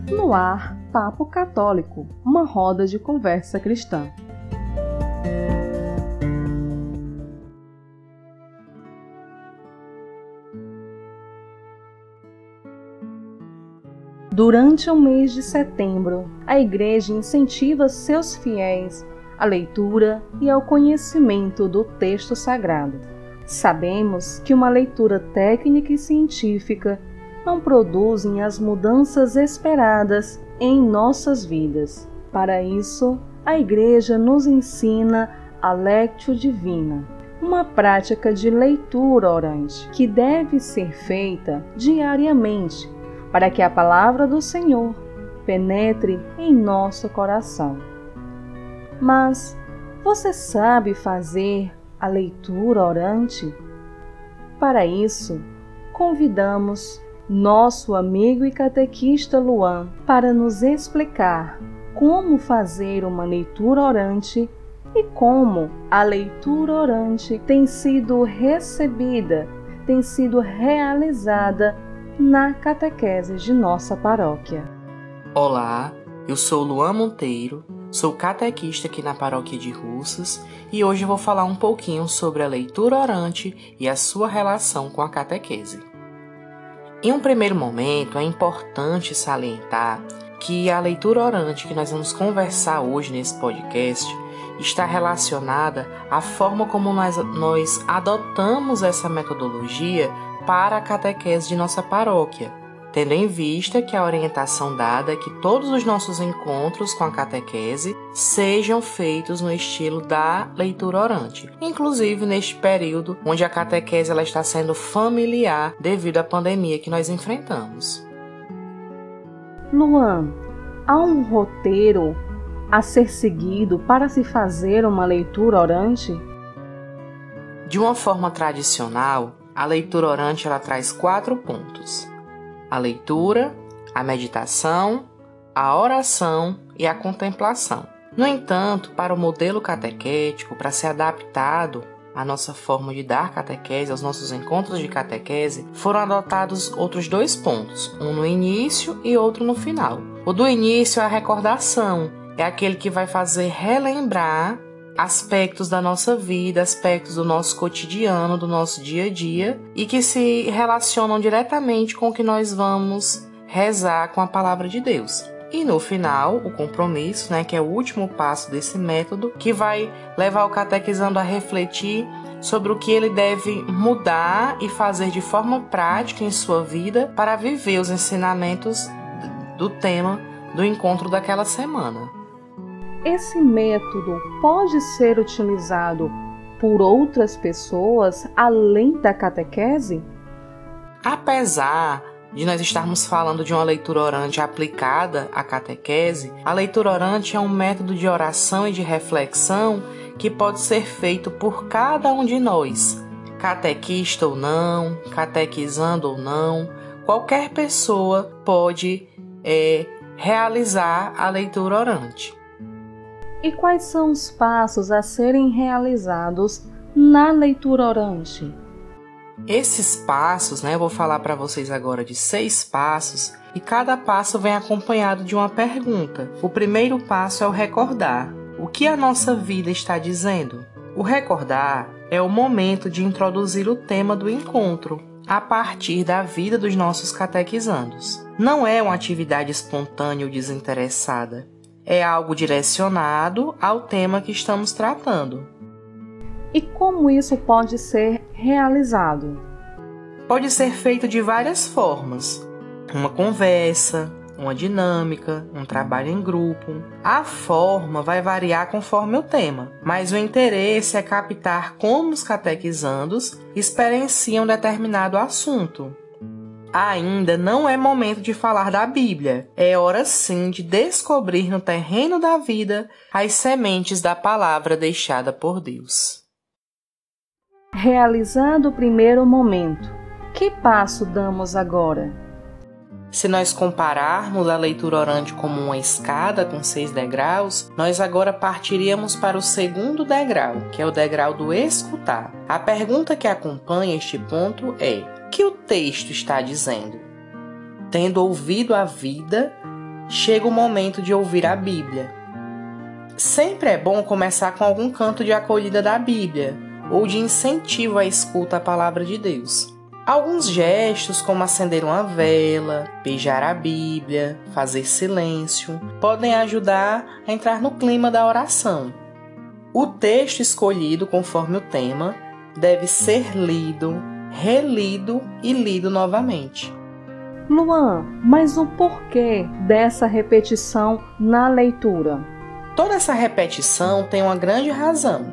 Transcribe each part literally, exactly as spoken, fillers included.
No ar, Papo Católico, uma roda de conversa cristã. Durante o mês de setembro, a Igreja incentiva seus fiéis à leitura e ao conhecimento do texto sagrado. Sabemos que uma leitura técnica e científica não produzem as mudanças esperadas em nossas vidas. Para isso, a Igreja nos ensina a Lectio Divina, uma prática de leitura orante que deve ser feita diariamente para que a palavra do Senhor penetre em nosso coração. Mas você sabe fazer a leitura orante? Para isso, convidamos nosso amigo e catequista Luan para nos explicar como fazer uma leitura orante e como a leitura orante tem sido recebida, tem sido realizada na catequese de nossa paróquia. Olá, eu sou Luan Monteiro, sou catequista aqui na paróquia de Russas e hoje vou falar um pouquinho sobre a leitura orante e a sua relação com a catequese. Em um primeiro momento, é importante salientar que a leitura orante que nós vamos conversar hoje nesse podcast está relacionada à forma como nós, nós adotamos essa metodologia para a catequese de nossa paróquia, tendo em vista que a orientação dada é que todos os nossos encontros com a catequese sejam feitos no estilo da leitura orante, inclusive neste período onde a catequese ela está sendo familiar devido à pandemia que nós enfrentamos. Luan, há um roteiro a ser seguido para se fazer uma leitura orante? De uma forma tradicional, a leitura orante ela traz quatro pontos: a leitura, a meditação, a oração e a contemplação. No entanto, para o modelo catequético, para ser adaptado à nossa forma de dar catequese, aos nossos encontros de catequese, foram adotados outros dois pontos, um no início e outro no final. O do início é a recordação, é aquele que vai fazer relembrar aspectos da nossa vida, aspectos do nosso cotidiano, do nosso dia a dia e que se relacionam diretamente com o que nós vamos rezar com a palavra de Deus. E no final, o compromisso, né, que é o último passo desse método, que vai levar o catequizando a refletir sobre o que ele deve mudar e fazer de forma prática em sua vida para viver os ensinamentos do tema do encontro daquela semana. Esse método pode ser utilizado por outras pessoas além da catequese? Apesar de nós estarmos falando de uma leitura orante aplicada à catequese, a leitura orante é um método de oração e de reflexão que pode ser feito por cada um de nós, catequista ou não, catequizando ou não, qualquer pessoa pode é, realizar a leitura orante. E quais são os passos a serem realizados na leitura orante? Esses passos, né, eu vou falar para vocês agora de seis passos e cada passo vem acompanhado de uma pergunta. O primeiro passo é o recordar. O que a nossa vida está dizendo? O recordar é o momento de introduzir o tema do encontro a partir da vida dos nossos catequizandos. Não é uma atividade espontânea ou desinteressada. É algo direcionado ao tema que estamos tratando. E como isso pode ser realizado? Pode ser feito de várias formas. Uma conversa, uma dinâmica, um trabalho em grupo. A forma vai variar conforme o tema, mas o interesse é captar como os catequizandos experienciam determinado assunto. Ainda não é momento de falar da Bíblia. É hora sim de descobrir no terreno da vida as sementes da palavra deixada por Deus. Realizado o primeiro momento, que passo damos agora? Se nós compararmos a leitura orante como uma escada com seis degraus, nós agora partiríamos para o segundo degrau, que é o degrau do escutar. A pergunta que acompanha este ponto é: o que o texto está dizendo? Tendo ouvido a vida, chega o momento de ouvir a Bíblia. Sempre é bom começar com algum canto de acolhida da Bíblia ou de incentivo à escuta à palavra de Deus. Alguns gestos, como acender uma vela, beijar a Bíblia, fazer silêncio, podem ajudar a entrar no clima da oração. O texto escolhido conforme o tema deve ser lido, relido e lido novamente. Luan, mas o porquê dessa repetição na leitura? Toda essa repetição tem uma grande razão: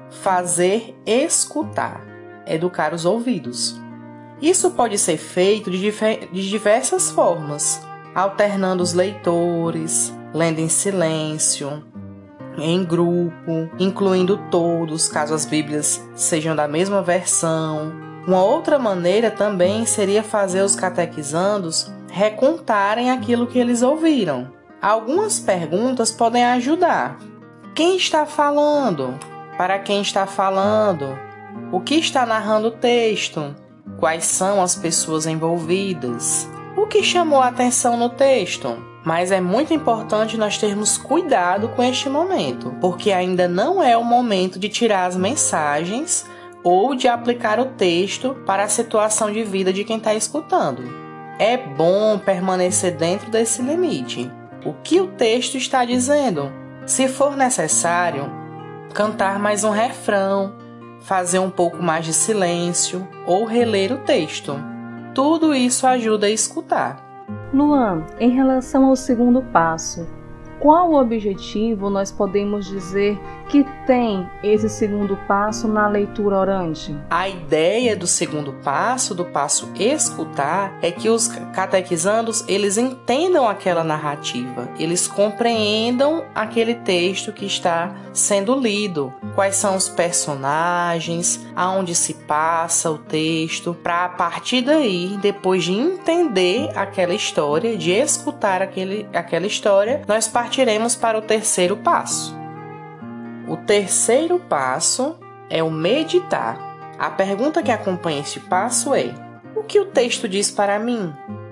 fazer escutar, educar os ouvidos. Isso pode ser feito de, difer- de diversas formas, alternando os leitores, lendo em silêncio, em grupo, incluindo todos, caso as Bíblias sejam da mesma versão. Uma outra maneira também seria fazer os catequizandos recontarem aquilo que eles ouviram. Algumas perguntas podem ajudar. Quem está falando? Para quem está falando? O que está narrando o texto? Quais são as pessoas envolvidas? O que chamou a atenção no texto? Mas é muito importante nós termos cuidado com este momento, porque ainda não é o momento de tirar as mensagens ou de aplicar o texto para a situação de vida de quem está escutando. É bom permanecer dentro desse limite. O que o texto está dizendo? Se for necessário, cantar mais um refrão, fazer um pouco mais de silêncio ou reler o texto. Tudo isso ajuda a escutar. Luan, em relação ao segundo passo, qual o objetivo nós podemos dizer que tem esse segundo passo na leitura orante? A ideia do segundo passo, do passo escutar, é que os catequizandos eles entendam aquela narrativa, eles compreendam aquele texto que está sendo lido, quais são os personagens, aonde se passa o texto, para a partir daí, depois de entender aquela história, de escutar aquele, aquela história, nós partiremos para o terceiro passo. O terceiro passo é o meditar. A pergunta que acompanha este passo é: o que o texto diz para mim?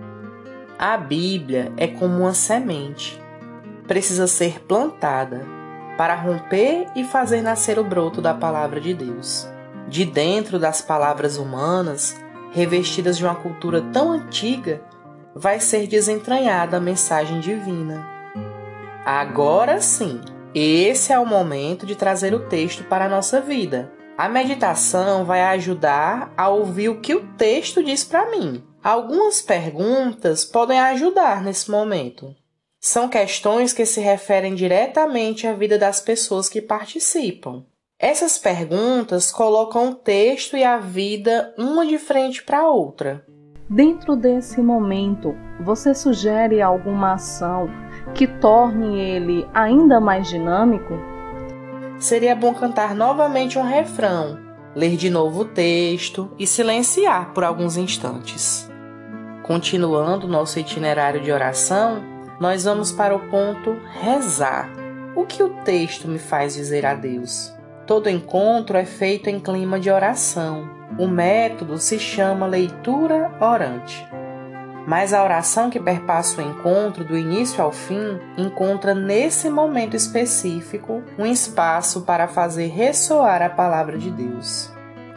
A Bíblia é como uma semente. Precisa ser plantada para romper e fazer nascer o broto da palavra de Deus. De dentro das palavras humanas, revestidas de uma cultura tão antiga, vai ser desentranhada a mensagem divina. Agora sim, esse é o momento de trazer o texto para a nossa vida. A meditação vai ajudar a ouvir o que o texto diz para mim. Algumas perguntas podem ajudar nesse momento. São questões que se referem diretamente à vida das pessoas que participam. Essas perguntas colocam o texto e a vida uma de frente para a outra. Dentro desse momento, você sugere alguma ação que torne ele ainda mais dinâmico? Seria bom cantar novamente um refrão, ler de novo o texto e silenciar por alguns instantes. Continuando nosso itinerário de oração, nós vamos para o ponto rezar. O que o texto me faz dizer a Deus? Todo encontro é feito em clima de oração. O método se chama leitura orante. Mas a oração que perpassa o encontro do início ao fim encontra nesse momento específico um espaço para fazer ressoar a palavra de Deus.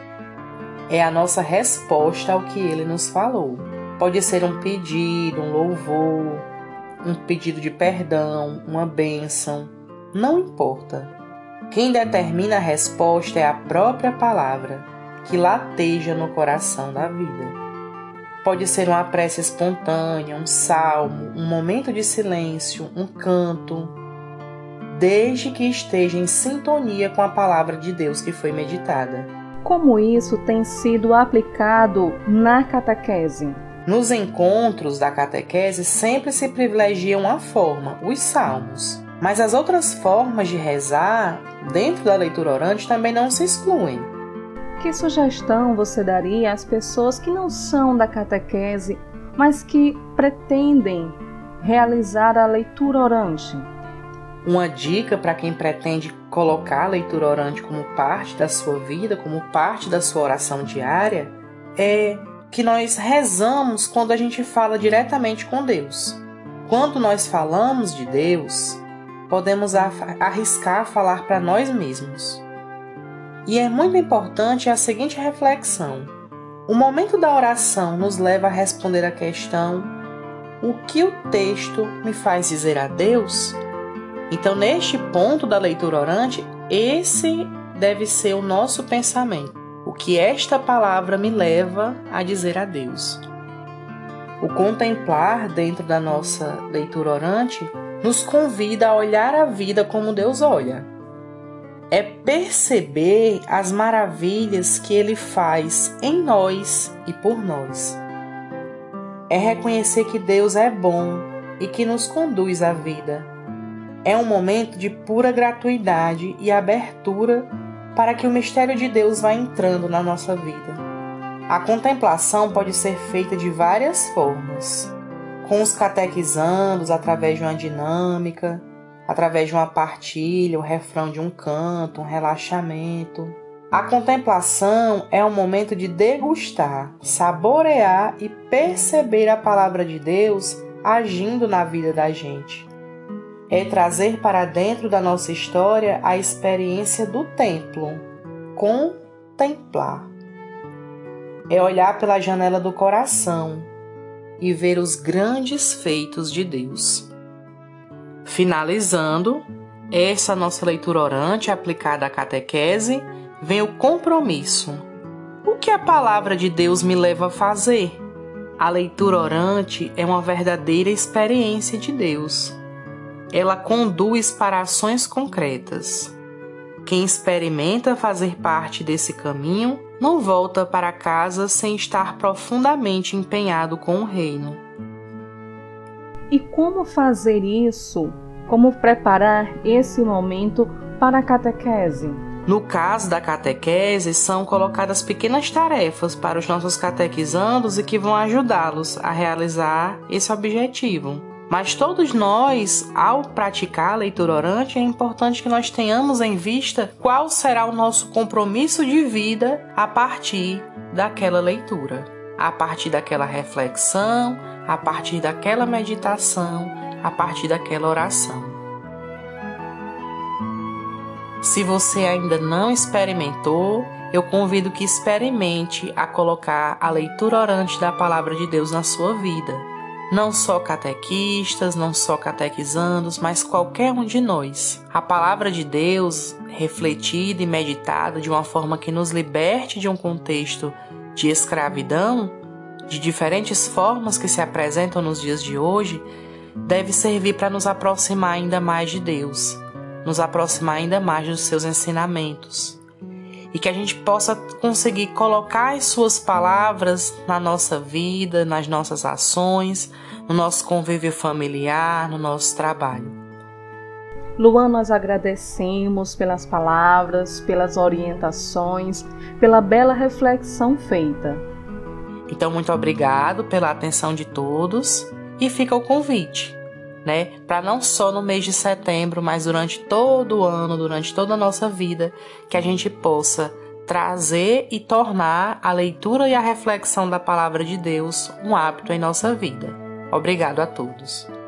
É a nossa resposta ao que Ele nos falou. Pode ser um pedido, um louvor, um pedido de perdão, uma bênção, não importa. Quem determina a resposta é a própria palavra, que lateja no coração da vida. Pode ser uma prece espontânea, um salmo, um momento de silêncio, um canto, desde que esteja em sintonia com a palavra de Deus que foi meditada. Como isso tem sido aplicado na catequese? Nos encontros da catequese sempre se privilegia uma forma, os salmos. Mas as outras formas de rezar, dentro da leitura orante, também não se excluem. Que sugestão você daria às pessoas que não são da catequese, mas que pretendem realizar a leitura orante? Uma dica para quem pretende colocar a leitura orante como parte da sua vida, como parte da sua oração diária, é que nós rezamos quando a gente fala diretamente com Deus. Quando nós falamos de Deus, podemos arriscar falar para nós mesmos. E é muito importante a seguinte reflexão: o momento da oração nos leva a responder a questão: o que o texto me faz dizer a Deus? Então, neste ponto da leitura orante, esse deve ser o nosso pensamento. O que esta palavra me leva a dizer a Deus? O contemplar dentro da nossa leitura orante nos convida a olhar a vida como Deus olha. É perceber as maravilhas que Ele faz em nós e por nós. É reconhecer que Deus é bom e que nos conduz à vida. É um momento de pura gratuidade e abertura para que o mistério de Deus vá entrando na nossa vida. A contemplação pode ser feita de várias formas, com os catequizandos através de uma dinâmica, através de uma partilha, o refrão de um canto, um relaxamento. A contemplação é um momento de degustar, saborear e perceber a palavra de Deus agindo na vida da gente. É trazer para dentro da nossa história a experiência do templo, contemplar. É olhar pela janela do coração e ver os grandes feitos de Deus. Finalizando, essa nossa leitura orante aplicada à catequese, vem o compromisso. O que a palavra de Deus me leva a fazer? A leitura orante é uma verdadeira experiência de Deus. Ela conduz para ações concretas. Quem experimenta fazer parte desse caminho não volta para casa sem estar profundamente empenhado com o reino. E como fazer isso? Como preparar esse momento para a catequese? No caso da catequese, são colocadas pequenas tarefas para os nossos catequizandos e que vão ajudá-los a realizar esse objetivo. Mas todos nós, ao praticar a leitura orante, é importante que nós tenhamos em vista qual será o nosso compromisso de vida a partir daquela leitura, a partir daquela reflexão, a partir daquela meditação, a partir daquela oração. Se você ainda não experimentou, eu convido que experimente a colocar a leitura orante da Palavra de Deus na sua vida. Não só catequistas, não só catequizandos, mas qualquer um de nós. A Palavra de Deus, refletida e meditada de uma forma que nos liberte de um contexto de escravidão, de diferentes formas que se apresentam nos dias de hoje, deve servir para nos aproximar ainda mais de Deus, nos aproximar ainda mais dos seus ensinamentos. E que a gente possa conseguir colocar as suas palavras na nossa vida, nas nossas ações, no nosso convívio familiar, no nosso trabalho. Luan, nós agradecemos pelas palavras, pelas orientações, pela bela reflexão feita. Então, muito obrigado pela atenção de todos e fica o convite, né, para não só no mês de setembro, mas durante todo o ano, durante toda a nossa vida, que a gente possa trazer e tornar a leitura e a reflexão da Palavra de Deus um hábito em nossa vida. Obrigado a todos.